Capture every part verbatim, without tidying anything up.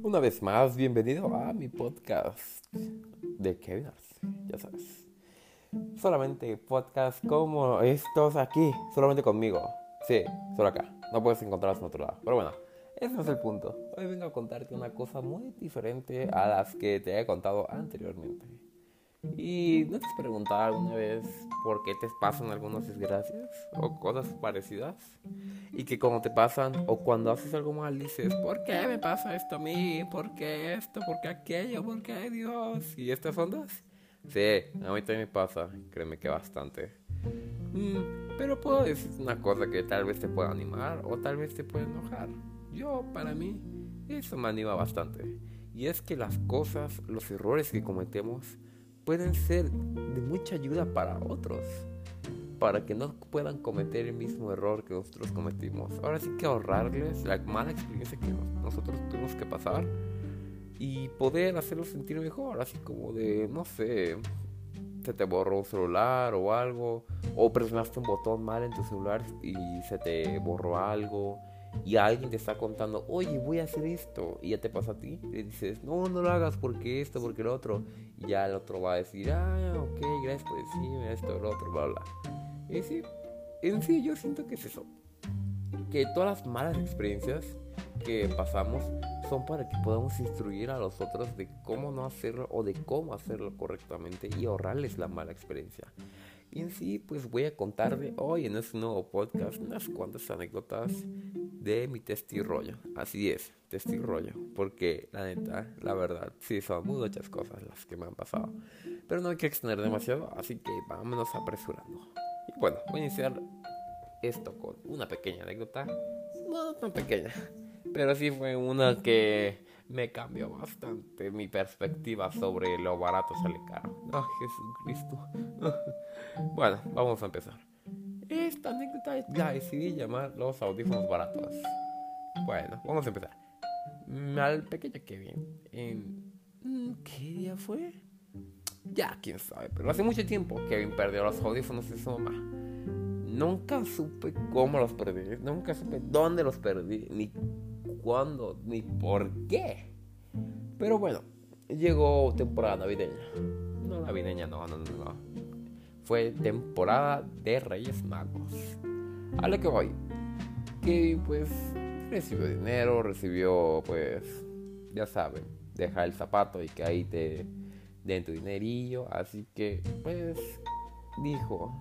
Una vez más, bienvenido a mi podcast de Kevin Arce, ya sabes. Solamente podcast como estos aquí, solamente conmigo. Sí, solo acá, no puedes encontrarlos en otro lado. Pero bueno, ese no es el punto. Hoy vengo a contarte una cosa muy diferente a las que te he contado anteriormente. ¿Y no te has preguntado alguna vez por qué te pasan algunas desgracias o cosas parecidas? Y que cuando te pasan o cuando haces algo mal dices, ¿por qué me pasa esto a mí? ¿Por qué esto? ¿Por qué aquello? ¿Por qué Dios? ¿Y estas ondas? Sí, a mí también me pasa, créeme que bastante. Mm, pero puedo decirte una cosa que tal vez te pueda animar o tal vez te pueda enojar. Yo, para mí, eso me anima bastante. Y es que las cosas, los errores que cometemos pueden ser de mucha ayuda para otros, para que no puedan cometer el mismo error que nosotros cometimos. Ahora sí que ahorrarles la mala experiencia que nosotros tuvimos que pasar y poder hacerlos sentir mejor, así como de, no sé, se te borró un celular o algo, o presionaste un botón mal en tu celular y se te borró algo, y alguien te está contando, oye, voy a hacer esto, y ya te pasa a ti, y dices, no, no lo hagas porque esto, porque lo otro, y ya el otro va a decir, ah, ok, gracias por decirme esto, lo otro, bla, bla. Y sí, en sí yo siento que es eso, que todas las malas experiencias que pasamos son para que podamos instruir a los otros de cómo no hacerlo o de cómo hacerlo correctamente y ahorrarles la mala experiencia. Y en sí, pues voy a contarle hoy en este nuevo podcast unas cuantas anécdotas de mi testirollo. Así es, testirollo, porque la neta, la verdad, sí son muchas cosas las que me han pasado. Pero no hay que extender demasiado, así que vámonos apresurando. Y bueno, voy a iniciar esto con una pequeña anécdota, no tan pequeña, pero sí fue una que me cambió bastante mi perspectiva sobre lo barato sale caro. ¡Oh, Jesucristo! Bueno, vamos a empezar. Esta anécdota la decidí llamar los audífonos baratos. Bueno, vamos a empezar. Al pequeño Kevin, en... ¿qué día fue? Ya, quién sabe, pero hace mucho tiempo Kevin perdió los audífonos de su mamá. Nunca supe cómo los perdí, nunca supe dónde los perdí, ni cuándo, ni por qué. Pero bueno, llegó temporada navideña. No navideña, no, no, no, no. Fue temporada de Reyes Magos. A lo que voy, que pues recibió dinero, recibió pues, ya saben, deja el zapato y que ahí te den tu dinerillo. Así que pues dijo...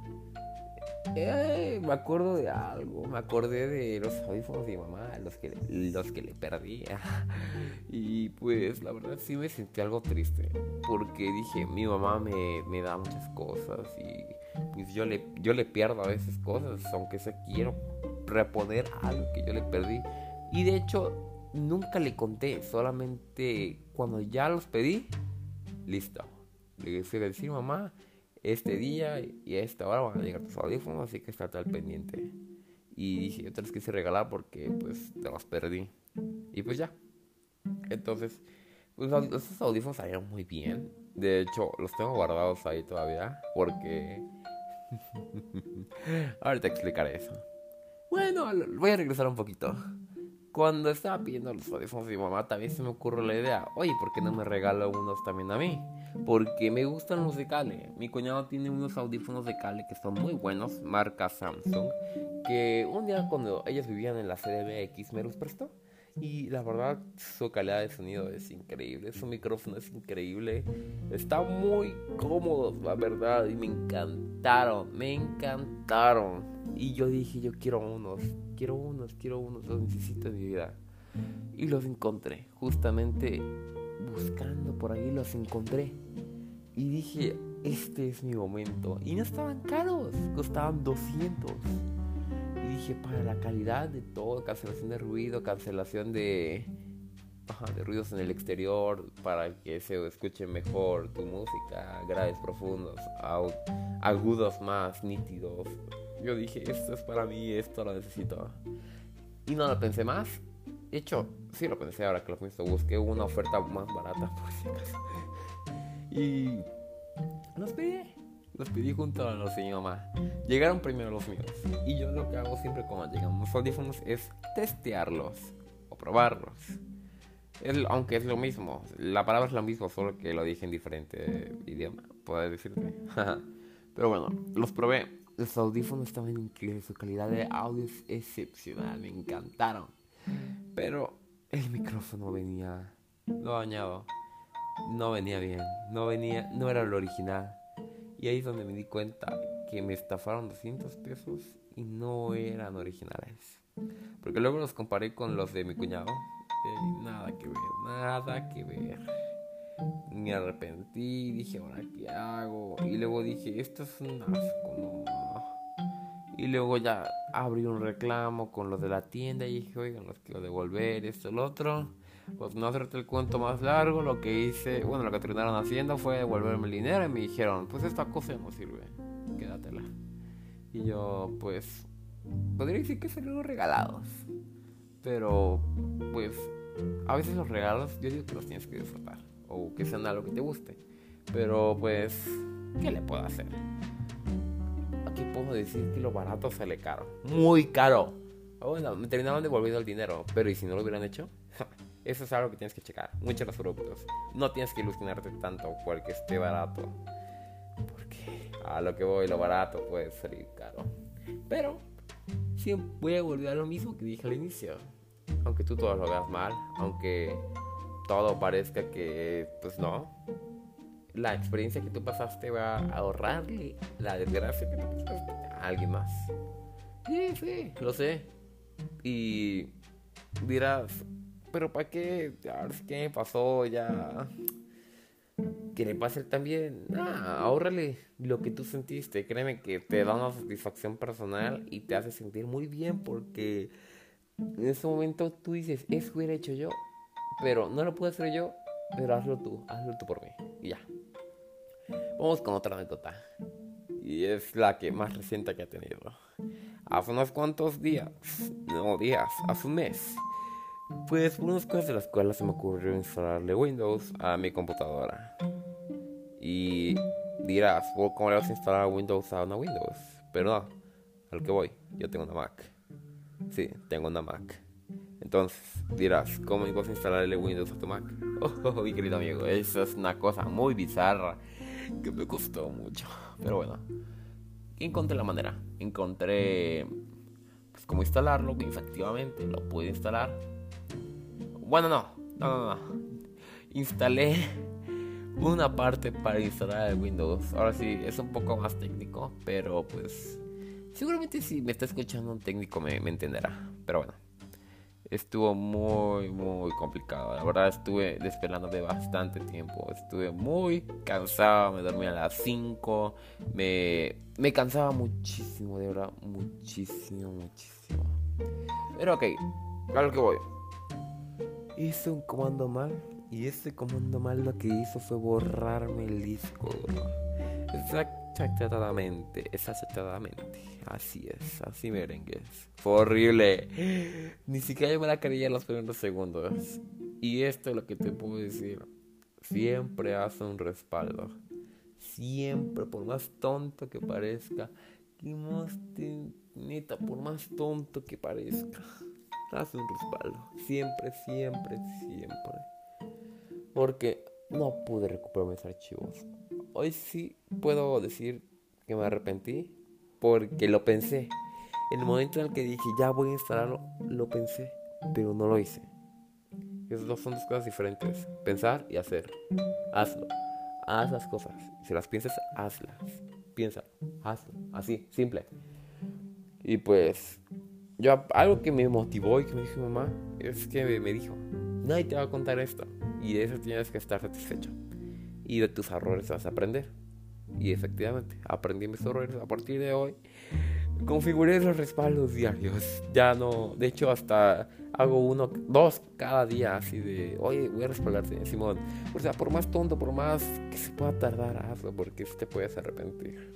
Eh, me acuerdo de algo, me acordé de los audífonos de mi mamá, los que, los que le perdía. Y pues la verdad sí me sentí algo triste, porque dije, mi mamá me, me da muchas cosas y pues yo le, yo le pierdo a veces cosas, aunque sea quiero reponer algo que yo le perdí. Y de hecho nunca le conté, solamente cuando ya los pedí, listo. Le fui a decir, mamá, este día y a esta hora van a llegar tus audífonos, así que estate al pendiente. Y dije, yo te los quise regalar porque pues te los perdí. Y pues ya. Entonces, pues esos audífonos salieron muy bien. De hecho, los tengo guardados ahí todavía porque... Ahorita explicaré eso. Bueno, voy a regresar un poquito. Cuando estaba pidiendo los audífonos de mi mamá, también se me ocurrió la idea, oye, ¿por qué no me regala unos también a mí? Porque me gustan los de Cale. Mi cuñado tiene unos audífonos de Cale que son muy buenos, marca Samsung, que un día cuando ellos vivían en la C D M X me los prestó. Y la verdad, su calidad de sonido es increíble, su micrófono es increíble, está muy cómodo, la verdad, y me encantaron, me encantaron. Y yo dije, yo quiero unos, quiero unos, quiero unos, los necesito en mi vida. Y los encontré, justamente buscando por ahí los encontré. Y dije, este es mi momento. Y no estaban caros, costaban doscientos. Y dije, para la calidad de todo, cancelación de ruido, cancelación de, ajá, de ruidos en el exterior, para que se escuche mejor tu música, graves profundos, agudos más nítidos. Yo dije, esto es para mí, esto lo necesito. Y no lo pensé más. De hecho, sí lo pensé ahora que lo pienso. Busqué una oferta más barata por si acaso. Y los pedí. Los pedí junto a los de mi mamá. Llegaron primero los míos. Y yo lo que hago siempre cuando llegan los audífonos es testearlos o probarlos. Es, aunque es lo mismo, la palabra es lo mismo, solo que lo dije en diferente idioma, puedo decirte. Pero bueno, los probé. Los audífonos estaban increíbles, su calidad de audio es excepcional, me encantaron. Pero el micrófono venía lo dañado, no venía bien, no venía, no era lo original. Y ahí es donde me di cuenta que me estafaron doscientos pesos y no eran originales. Porque luego los comparé con los de mi cuñado. Y nada que ver, nada que ver. Me arrepentí, dije, ¿ahora qué hago? Y luego dije, esto es un asco, no. Y luego ya abrí un reclamo con los de la tienda y dije, oigan, los quiero devolver, esto, lo otro. Pues no hacerte el cuento más largo, lo que hice, bueno, lo que terminaron haciendo fue devolverme el dinero y me dijeron, pues esta cosa no sirve, quédatela. Y yo, pues, podría decir que salieron regalados. Pero, pues, a veces los regalos, yo digo que los tienes que disfrutar. O que sean algo que te guste. Pero, pues, ¿qué le puedo hacer? Aquí puedo decir que lo barato sale caro. Muy caro. Bueno, me terminaron devolviendo el dinero. Pero, ¿y si no lo hubieran hecho? Eso es algo que tienes que checar. Muchos los productos. No tienes que ilusionarte tanto porque esté barato. Porque a lo que voy, lo barato puede salir caro. Pero siempre voy a volver a lo mismo que dije al inicio. Aunque tú todo lo veas mal, aunque todo parezca que, pues no, la experiencia que tú pasaste va a ahorrarle la desgracia que tú pasaste a alguien más. Sí, sí, lo sé. Y dirás, pero ¿para qué? Ahora sí que me pasó ya. Que le pase también. Ah, ahórrale lo que tú sentiste. Créeme que te da una satisfacción personal y te hace sentir muy bien porque en ese momento tú dices, eso hubiera hecho yo, pero no lo puedo hacer yo, pero hazlo tú, hazlo tú por mí. Y ya. Vamos con otra anécdota. Y es la que más reciente que he tenido. Hace unos cuantos días, no días, hace un mes. Pues por unas cosas de la escuela se me ocurrió instalarle Windows a mi computadora. Y dirás, ¿cómo le vas a instalar Windows a una Windows? Pero no, al que voy, yo tengo una Mac. Sí, tengo una Mac. Entonces, dirás, ¿cómo ibas a instalarle Windows a tu Mac? Oh, mi querido amigo, esa es una cosa muy bizarra que me costó mucho. Pero bueno, encontré la manera. Encontré, pues, cómo instalarlo. Efectivamente, lo pude instalar. Bueno, no, no, no, no. Instalé una parte para instalar el Windows. Ahora sí, es un poco más técnico, pero pues seguramente si me está escuchando un técnico me, me entenderá. Pero bueno, estuvo muy, muy complicado. La verdad estuve desvelándome bastante tiempo. Estuve muy cansado, me dormía a las cinco. Me, me cansaba muchísimo, de verdad, muchísimo, muchísimo. Pero ok, a lo que voy. Hice un comando mal. Y ese comando mal lo que hizo fue borrarme el disco duro. Exactamente, exactamente. Así es, así merengues. Fue horrible. Ni siquiera yo me la creía en los primeros segundos. Y esto es lo que te puedo decir. Siempre haz un respaldo. Siempre, por más tonto que parezca. Y más neta, por más tonto que parezca. Haz un respaldo. Siempre, siempre, siempre. Porque no pude recuperar mis archivos. Hoy sí puedo decir que me arrepentí porque lo pensé. En el momento en el que dije ya voy a instalarlo, lo pensé, pero no lo hice. Esas dos son dos cosas diferentes. Pensar y hacer. Hazlo. Haz las cosas. Si las piensas, hazlas. Piensa, hazlo. Así, simple. Y pues, yo algo que me motivó y que me dijo mi mamá es que me dijo, nadie te va a contar esto. Y de eso tienes que estar satisfecho. Y de tus errores vas a aprender. Y efectivamente, aprendí mis errores. A partir de hoy, configuré los respaldos diarios. Ya no, de hecho hasta hago uno, dos cada día. Así de, oye, voy a respaldarte, Simón. O sea, por más tonto, por más que se pueda tardar, hazlo. Porque te puedes arrepentir.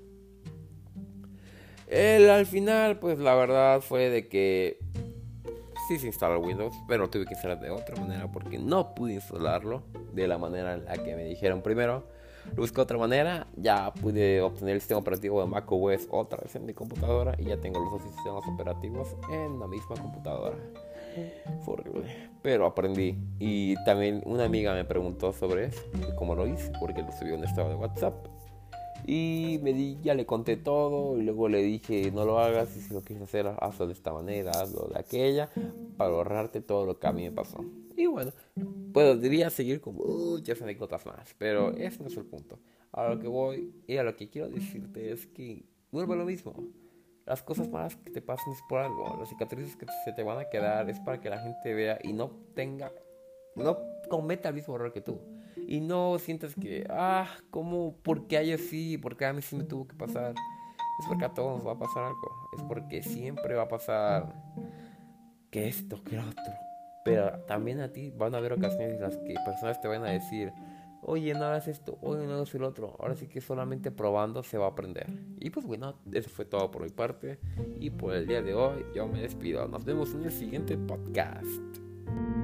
El, al final, pues la verdad fue de que sí se instaló Windows, pero tuve que instalar de otra manera porque no pude instalarlo de la manera en la que me dijeron primero. Lo busqué de otra manera, ya pude obtener el sistema operativo de macOS otra vez en mi computadora y ya tengo los dos sistemas operativos en la misma computadora. Fue horrible, pero aprendí. Y también una amiga me preguntó sobre eso, cómo lo hice, porque lo subí a un estado de WhatsApp. Y me di, ya le conté todo y luego le dije, no lo hagas, y si lo quieres hacer, hazlo de esta manera, hazlo de aquella, para ahorrarte todo lo que a mí me pasó. Y bueno, podría seguir con muchas anécdotas más, pero ese no es el punto. A lo que voy y a lo que quiero decirte es que vuelve a lo mismo. Las cosas malas que te pasan es por algo. Las cicatrices que se te van a quedar es para que la gente vea y no tenga, no cometa el mismo error que tú. Y no sientas que, ah, ¿cómo? ¿Por qué a ellos sí? ¿Por qué a mí sí me tuvo que pasar? Es porque a todos nos va a pasar algo. Es porque siempre va a pasar que esto, que lo otro. Pero también a ti van a haber ocasiones en las que personas te van a decir, oye, no hagas esto, oye, no hagas el otro. Ahora sí que solamente probando se va a aprender. Y pues bueno, eso fue todo por mi parte. Y por el día de hoy yo me despido. Nos vemos en el siguiente podcast.